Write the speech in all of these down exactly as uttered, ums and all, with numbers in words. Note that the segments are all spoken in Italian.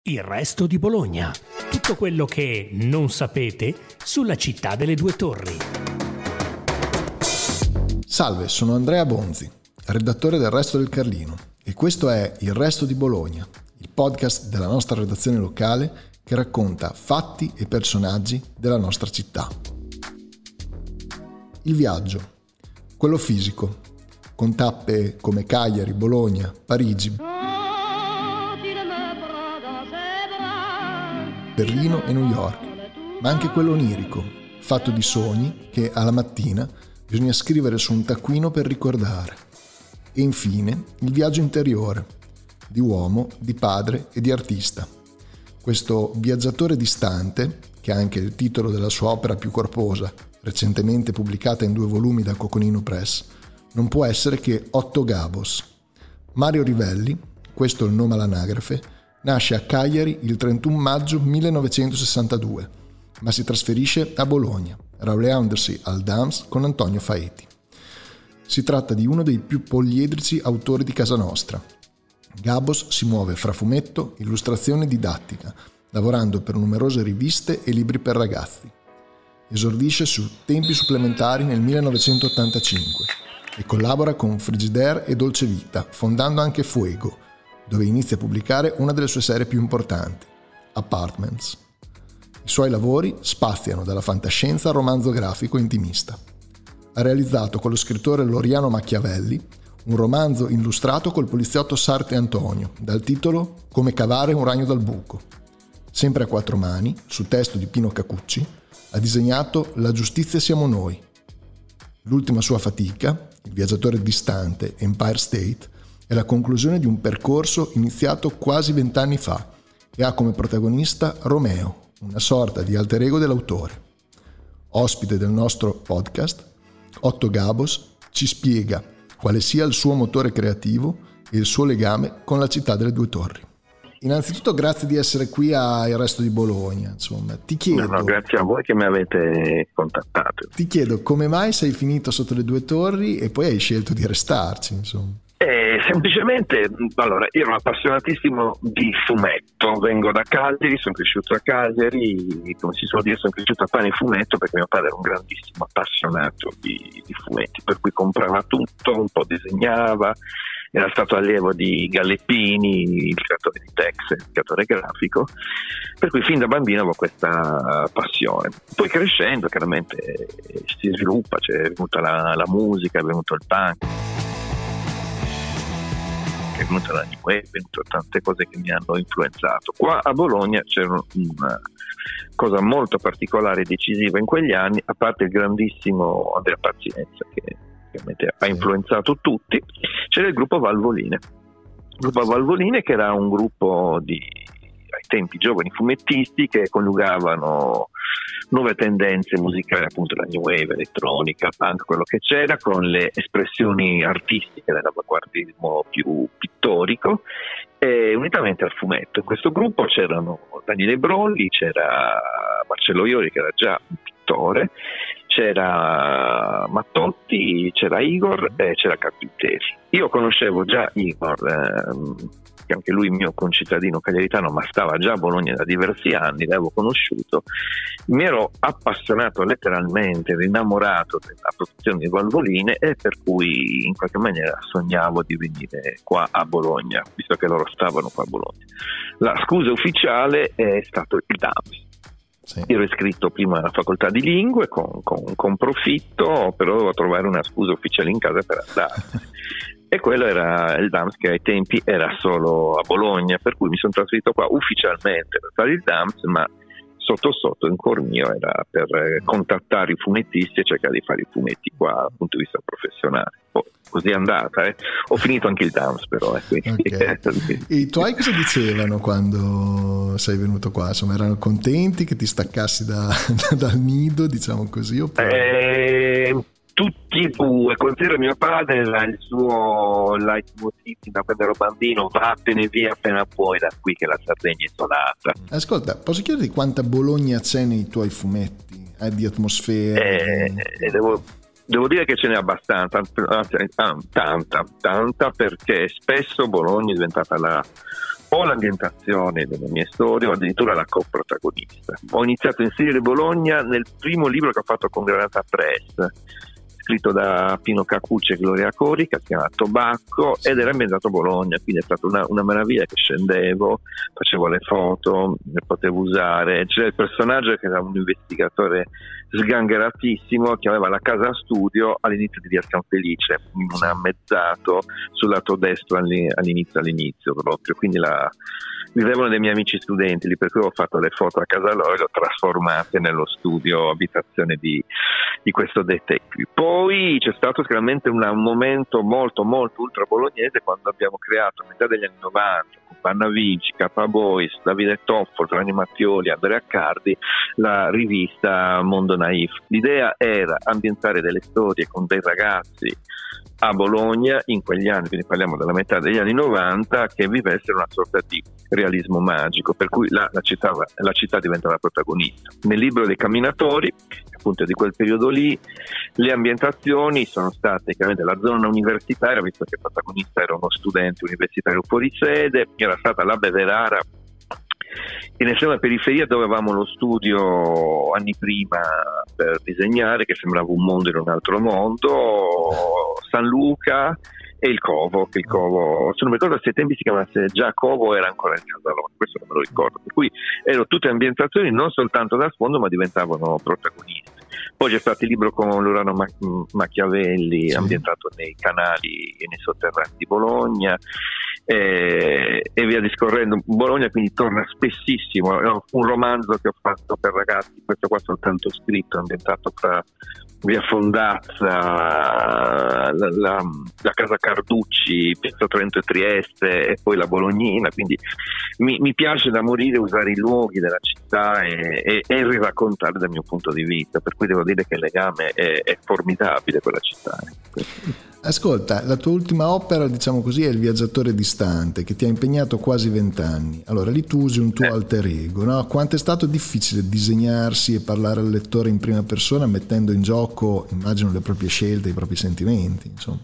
Il resto di Bologna. Tutto quello che non sapete sulla città delle due torri. Salve, sono Andrea Bonzi, redattore del Resto del Carlino, e questo è Il resto di Bologna, il podcast della nostra redazione locale che racconta fatti e personaggi della nostra città. Il viaggio, quello fisico, con tappe come Cagliari, Bologna, Parigi, Berlino e New York, ma anche quello onirico, fatto di sogni che alla mattina bisogna scrivere su un taccuino per ricordare. E infine il viaggio interiore, di uomo, di padre e di artista. Questo viaggiatore distante, che ha anche il titolo della sua opera più corposa, recentemente pubblicata in due volumi da Coconino Press, non può essere che Otto Gabos. Mario Rivelli, questo è il nome all'anagrafe, nasce a Cagliari il trentuno maggio millenovecentosessantadue, ma si trasferisce a Bologna, laureandosi al D A M S con Antonio Faeti. Si tratta di uno dei più poliedrici autori di casa nostra. Gabos si muove fra fumetto, illustrazione e didattica, lavorando per numerose riviste e libri per ragazzi. Esordisce su Tempi Supplementari nel millenovecentottantacinque e collabora con Frigidaire e Dolce Vita, fondando anche Fuego, dove inizia a pubblicare una delle sue serie più importanti, Apartments. I suoi lavori spaziano dalla fantascienza al romanzo grafico intimista. Ha realizzato con lo scrittore Loriano Machiavelli un romanzo illustrato col poliziotto Sarte Antonio, dal titolo Come cavare un ragno dal buco. Sempre a quattro mani, su testo di Pino Cacucci, ha disegnato La giustizia siamo noi. L'ultima sua fatica, Il viaggiatore distante, Empire State, è la conclusione di un percorso iniziato quasi vent'anni fa e ha come protagonista Romeo, una sorta di alter ego dell'autore. Ospite del nostro podcast, Otto Gabos ci spiega quale sia il suo motore creativo e il suo legame con la città delle due torri. Innanzitutto grazie di essere qui a Il resto di Bologna, insomma. Ti chiedo, no, no, grazie a voi che mi avete contattato. Ti chiedo come mai sei finito sotto le due torri e poi hai scelto di restarci, insomma. Eh, semplicemente, allora, io ero appassionatissimo di fumetto, vengo da Cagliari, sono cresciuto a Cagliari, come si suol dire sono cresciuto a pane e fumetto perché mio padre era un grandissimo appassionato di, di fumetti, per cui comprava tutto, un po' disegnava, era stato allievo di Galleppini, il creatore di Tex, il creatore grafico, per cui fin da bambino avevo questa passione. Poi crescendo chiaramente si sviluppa, c'è venuta la, la musica, è venuto il punk, è venuta la new wave, è venuto tante cose che mi hanno influenzato. Qua a Bologna c'era una cosa molto particolare e decisiva in quegli anni, a parte il grandissimo Andrea Pazienza che ovviamente ha influenzato tutti, c'era il gruppo Valvoline. Il gruppo Valvoline che era un gruppo di, ai tempi, giovani fumettisti che coniugavano nuove tendenze musicali, appunto la new wave, elettronica, punk, quello che c'era, con le espressioni artistiche dell'avanguardismo più pittorico, e unitamente al fumetto. In questo gruppo c'erano Daniele Brolli, c'era Marcello Iori che era già un pittore, c'era Mattotti, c'era Igor e c'era Carpinteri. Io conoscevo già Igor, ehm, che anche lui mio concittadino cagliaritano, ma stava già a Bologna da diversi anni, l'avevo conosciuto, mi ero appassionato letteralmente, ero innamorato della produzione di Valvoline e per cui in qualche maniera sognavo di venire qua a Bologna, visto che loro stavano qua a Bologna. La scusa ufficiale è stato il D A M S. Sì. Ero iscritto prima alla facoltà di lingue con, con, con profitto, però dovevo trovare una scusa ufficiale in casa per andare. E quello era il D A M S, che ai tempi era solo a Bologna, per cui mi sono trasferito qua ufficialmente per fare il D A M S, ma sotto sotto in cuor mio era per contattare i fumettisti e cercare di fare i fumetti qua dal punto di vista professionale. Oh, così è andata, eh. Ho finito anche il D A M S però. Eh, okay. E i tuoi cosa dicevano quando sei venuto qua? Insomma, erano contenti che ti staccassi da, dal nido, diciamo così? Oppure... Eh... Tutti e due, considero mio padre era il suo leitmotiv da quando ero bambino: vattene via appena puoi da qui che la Sardegna è isolata. Ascolta, posso chiederti quanta Bologna c'è nei tuoi fumetti? Hai di atmosfera? Eh, di... devo, devo dire che ce n'è abbastanza, tanta, tanta, perché spesso Bologna è diventata la o l'ambientazione delle mie storie o addirittura la coprotagonista. Ho iniziato a inserire Bologna nel primo libro che ho fatto con Granata Press, scritto da Pino Cacucci e Gloria Corica, si chiama Tobacco, ed era ambientato a Bologna, quindi è stata una, una meraviglia che scendevo, facevo le foto, le potevo usare. C'era il personaggio che era un investigatore sgangheratissimo che aveva la casa studio all'inizio di Via San Felice, in un ammezzato sul lato destro all'inizio all'inizio proprio, quindi la vivevano dei miei amici studenti lì, per cui ho fatto le foto a casa loro e le ho trasformate nello studio abitazione di, di questo detective. Poi c'è stato sicuramente un, un momento molto molto ultra bolognese quando abbiamo creato a metà degli anni novanta con Panna Vinci, Capa Boys, Davide Toffolo, Giovanni Mattioli, Andrea Cardi, la rivista Mondo Naif. L'idea era ambientare delle storie con dei ragazzi a Bologna in quegli anni, quindi parliamo della metà degli anni novanta, che vivessero una sorta di realismo magico, per cui la, la, città, la città diventava protagonista. Nel libro dei camminatori, appunto di quel periodo lì, le ambientazioni sono state chiaramente la zona universitaria, visto che il protagonista era uno studente universitario fuori sede, era stata la Beverara in estrema periferia, dove avevamo lo studio anni prima per disegnare, che sembrava un mondo in un altro mondo, San Luca e il Covo, che il Covo, se non mi ricordo se ai tempi si chiamasse già Covo o era ancora il Casalone, questo non me lo ricordo, per cui erano tutte ambientazioni non soltanto da sfondo ma diventavano protagonisti. Poi c'è stato il libro con Lurano Machiavelli, sì, ambientato nei canali e nei sotterranei di Bologna, e, e via discorrendo. Bologna quindi torna spessissimo, è un romanzo che ho fatto per ragazzi, questo qua soltanto scritto, ambientato fra via Fondazza, la, la, la casa Carducci, Piazza Trento e Trieste e poi la Bolognina, quindi mi, mi piace da morire usare i luoghi della città e, e, e riraccontare dal mio punto di vista, per cui devo dire che il legame è, è formidabile con la città. Ascolta, la tua ultima opera, diciamo così, è Il viaggiatore distante, che ti ha impegnato quasi vent'anni. Allora, lì tu usi un tuo eh. alter ego, no? Quanto è stato difficile disegnarsi e parlare al lettore in prima persona, mettendo in gioco, immagino, le proprie scelte, i propri sentimenti, insomma.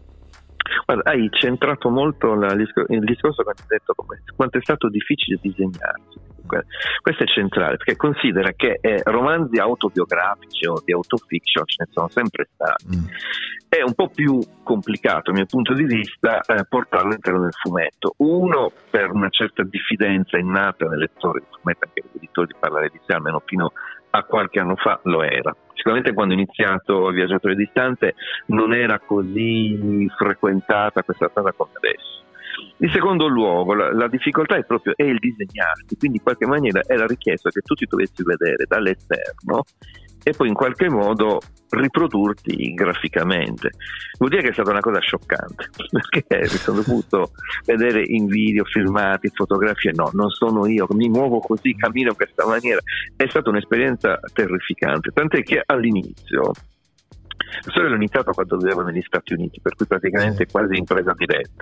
Guarda, hai centrato molto la, il discorso quando hai detto come, quanto è stato difficile disegnarsi. Questo è centrale, perché considera che eh, romanzi autobiografici o di autofiction ce ne sono sempre stati. Mm. È un po' più complicato, dal mio punto di vista, eh, portarlo all'interno del fumetto. Uno, per una certa diffidenza innata nel lettore del fumetto, anche l'editore, di parlare di sé, almeno fino a qualche anno fa lo era. Sicuramente quando ho iniziato Il viaggiatore distante non era così frequentata questa strada come adesso. In secondo luogo, la, la difficoltà è proprio è il disegnarsi, quindi in qualche maniera era richiesto che tu ti dovessi vedere dall'esterno e poi in qualche modo riprodurti graficamente. Vuol dire che è stata una cosa scioccante, perché mi sono dovuto vedere in video, filmati, fotografie. No, non sono io, mi muovo così, cammino in questa maniera. È stata un'esperienza terrificante, tant'è che all'inizio la storia l'ho iniziata quando vivevo negli Stati Uniti, per cui praticamente quasi in presa diretta.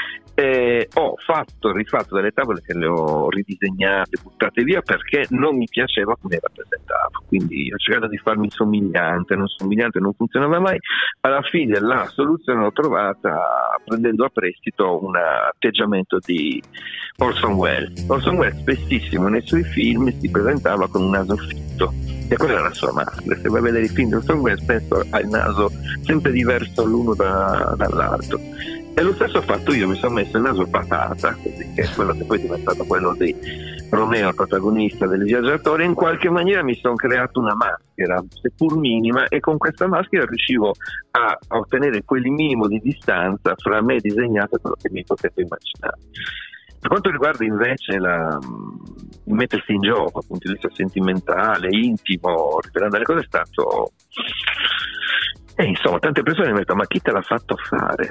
Eh, ho fatto, rifatto delle tavole che le ho ridisegnate, buttate via, perché non mi piaceva come rappresentavo. Quindi ho cercato di farmi somigliante, non somigliante non funzionava mai. Alla fine la soluzione l'ho trovata prendendo a prestito un atteggiamento di Orson Welles. Orson Welles spessissimo nei suoi film si presentava con un naso fitto, e quella era la sua maschera. Se vai a vedere i film di Orson Welles, penso ha il naso sempre diverso l'uno da, dall'altro. E lo stesso ho fatto io, mi sono messo il naso patata, così, che è quello che poi è diventato quello di Romeo, il protagonista del viaggiatore. In qualche maniera mi sono creato una maschera, seppur minima, e con questa maschera riuscivo a ottenere quel minimo di distanza fra me disegnato e quello che mi potevo immaginare. Per quanto riguarda invece la, il mettersi in gioco, dal punto di vista sentimentale, intimo, riferendo alle cose, è stato... E insomma, tante persone mi hanno detto: ma chi te l'ha fatto fare?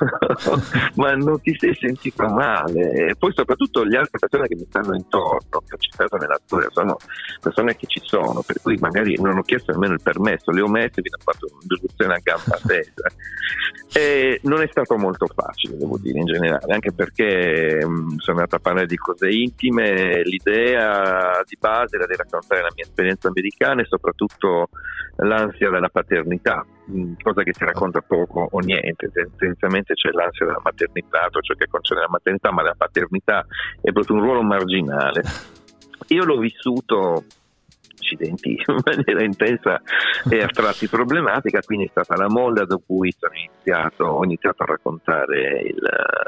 Ma non ti sei sentito male? E poi soprattutto le altre persone che mi stanno intorno, che ho citato nella storia, sono persone che ci sono, per cui magari non ho chiesto nemmeno il permesso, le ho messe e mi hanno fatto un'introduzione a gamba tesa. E non è stato molto facile, devo dire, in generale, anche perché mh, sono andato a parlare di cose intime. L'idea di base era di raccontare la mia esperienza americana e soprattutto l'ansia della paternità, cosa che si racconta poco o niente. Tendenzialmente c'è l'ansia della maternità, ciò che concerne la maternità, ma la paternità è proprio un ruolo marginale. Io l'ho vissuto, accidenti, in maniera intensa e a tratti problematica, quindi è stata la molla da cui sono iniziato, ho iniziato a raccontare il,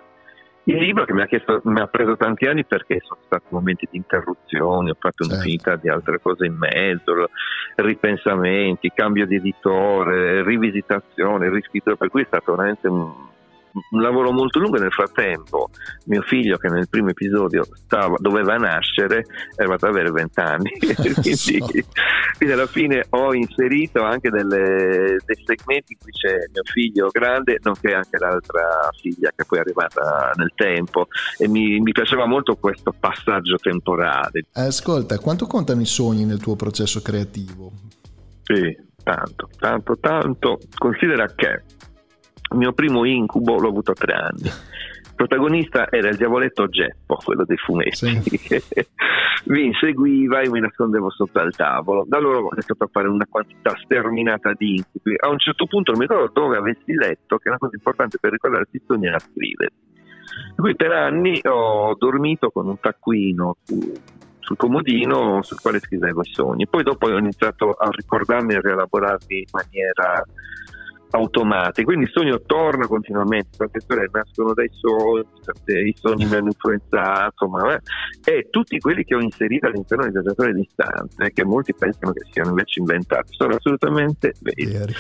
il libro, che mi ha, chiesto, mi ha preso tanti anni perché sono stati momenti di interruzioni, ho fatto certo. un'infinità di altre cose in mezzo, ripensamenti, cambio di editore, rivisitazione, riscrittura, per cui è stato veramente un un lavoro molto lungo. E nel frattempo mio figlio, che nel primo episodio stava, doveva nascere, è arrivato ad avere vent'anni quindi, so. quindi alla fine ho inserito anche delle, dei segmenti in cui c'è mio figlio grande, nonché anche l'altra figlia che poi è arrivata nel tempo, e mi, mi piaceva molto questo passaggio temporale. Ascolta, quanto contano i sogni nel tuo processo creativo? Sì, tanto, tanto, tanto. Considera che il mio primo incubo l'ho avuto a tre anni. Il protagonista era il diavoletto Geppo, quello dei fumetti, sì. che mi inseguiva e mi nascondevo sotto al tavolo. Da allora ho iniziato a fare una quantità sterminata di incubi. A un certo punto non mi ricordo dove avessi letto che una cosa importante per ricordarsi i sogni era scrivere. Quindi per anni ho dormito con un taccuino su, sul comodino sul quale scrivevo i sogni. Poi dopo ho iniziato a ricordarmi e a rielaborarli in maniera automatica, quindi il sogno torna continuamente, tante storie nascono dai sogni, i sogni mi hanno influenzato, ma eh, e tutti quelli che ho inserito all'interno di Viaggiatore distante, che molti pensano che siano invece inventati, sono assolutamente veri.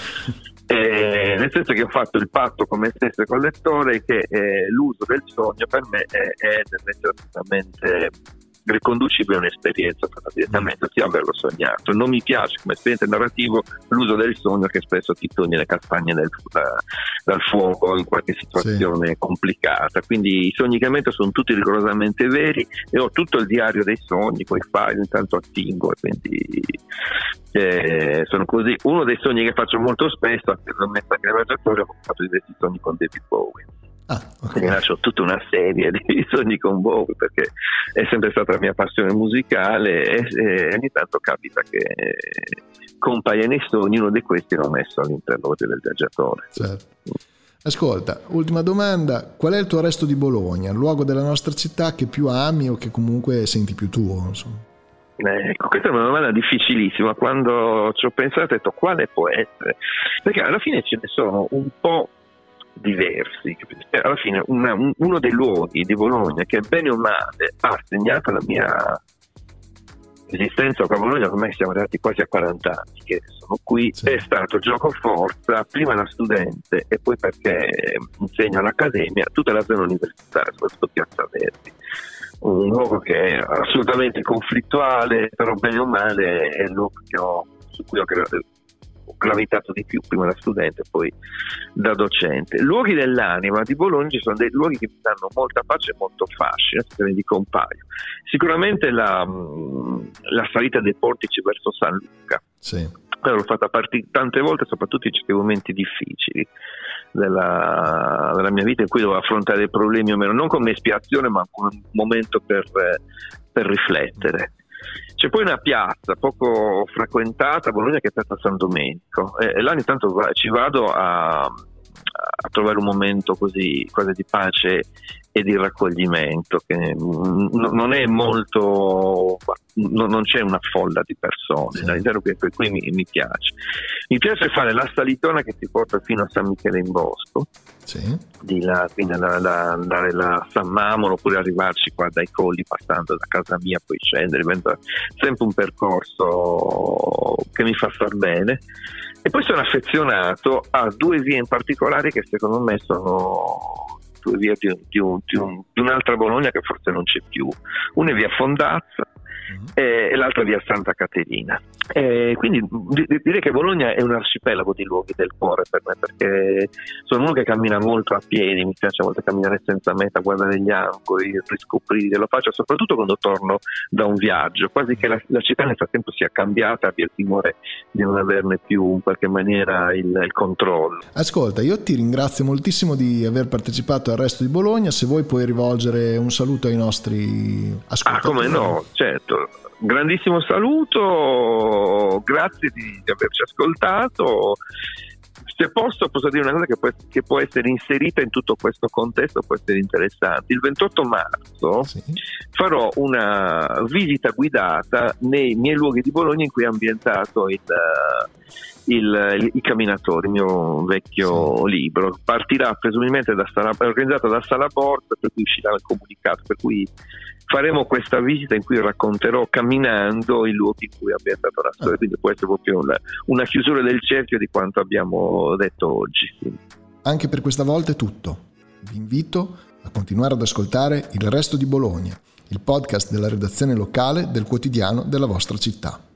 Eh, nel senso che ho fatto il patto con me stesso e col lettore che eh, l'uso del sogno per me è, è deve essere assolutamente riconducibile a un'esperienza fatta direttamente, ossia averlo sognato. Non mi piace come esperienza narrativo l'uso del sogno, che spesso ti toglie le castagne dal, da, dal fuoco in qualche situazione sì. complicata. Quindi i sogni che metto sono tutti rigorosamente veri e ho tutto il diario dei sogni, poi file, intanto attingo, e quindi eh, sono così. Uno dei sogni che faccio molto spesso, anche se ho messo anche nel viaggiatore, ho fatto diversi sogni con David Bowie. Ah, okay. Quindi lascio tutta una serie di sogni con Bowie perché è sempre stata la mia passione musicale, e, e ogni tanto capita che compaia nei sogni. Uno di questi l'ho messo all'interno del viaggiatore. Certo. Ascolta, ultima domanda: qual è il tuo resto di Bologna, il luogo della nostra città che più ami o che comunque senti più tuo, insomma? Ecco, questa è una domanda difficilissima. Quando ci ho pensato ho detto quale può essere, perché alla fine ce ne sono un po' diversi. Alla fine una, un, uno dei luoghi di Bologna che bene o male ha segnato la mia esistenza qua a Bologna, ormai siamo arrivati quasi a quaranta anni che sono qui, sì. È stato giocoforza, prima da studente e poi perché insegno all'Accademia, tutta la zona universitaria, soprattutto Piazza Verdi, un luogo che è assolutamente conflittuale, però bene o male è il luogo che ho, su cui ho creato gravitato di più, prima da studente e poi da docente. Luoghi dell'anima di Bologna ci sono dei luoghi che mi danno molta pace e molto fascino, se ne dico un paio. Sicuramente la, la salita dei portici verso San Luca, sì. L'ho fatta partire tante volte, soprattutto in certi momenti difficili della, della mia vita in cui dovevo affrontare dei problemi o meno, non come espiazione ma come un momento per, per riflettere. C'è poi una piazza poco frequentata a Bologna che è Piazza San Domenico, e, e là ogni tanto va, ci vado a, a trovare un momento così quasi di pace e di raccoglimento, che n- non è molto, n- non c'è una folla di persone, sì. All'interno qui, qui mi, mi piace mi piace fare la salitona che ti porta fino a San Michele in Bosco, sì. Di là, quindi andare a San Mamolo oppure arrivarci qua dai colli passando da casa mia, poi scendere, diventa sempre un percorso che mi fa star bene. E poi sono affezionato a due vie in particolare che secondo me sono due vie di, un, di, un, di, un, di un'altra Bologna che forse non c'è più. Una è via Fondazza mm-hmm. e, e l'altra via Santa Caterina. E quindi di, direi che Bologna è un arcipelago di luoghi del cuore per me, perché sono uno che cammina molto a piedi, mi piace a volte camminare senza meta, guardare gli angoli, riscoprire, lo faccio soprattutto quando torno da un viaggio, quasi che la, la città nel frattempo sia cambiata, abbia il timore di non averne più in qualche maniera il, il controllo. Ascolta, io ti ringrazio moltissimo di aver partecipato al Resto di Bologna, se vuoi puoi rivolgere un saluto ai nostri ascoltatori. Ah, come no, certo. Grandissimo saluto, grazie di, di averci ascoltato. Se posso, posso dire una cosa che può, che può essere inserita in tutto questo contesto, può essere interessante. Il ventotto marzo sì. farò una visita guidata nei miei luoghi di Bologna in cui è ambientato il, il, i camminatori, il mio vecchio sì. libro. Partirà presumibilmente da Sala, è organizzato da Sala Borsa, per cui uscirà il comunicato, per cui faremo questa visita in cui racconterò camminando i luoghi in cui è ambientata la storia, quindi può essere proprio una, una chiusura del cerchio di quanto abbiamo detto oggi. Anche per questa volta è tutto. Vi invito a continuare ad ascoltare Il Resto di Bologna, il podcast della redazione locale del quotidiano della vostra città.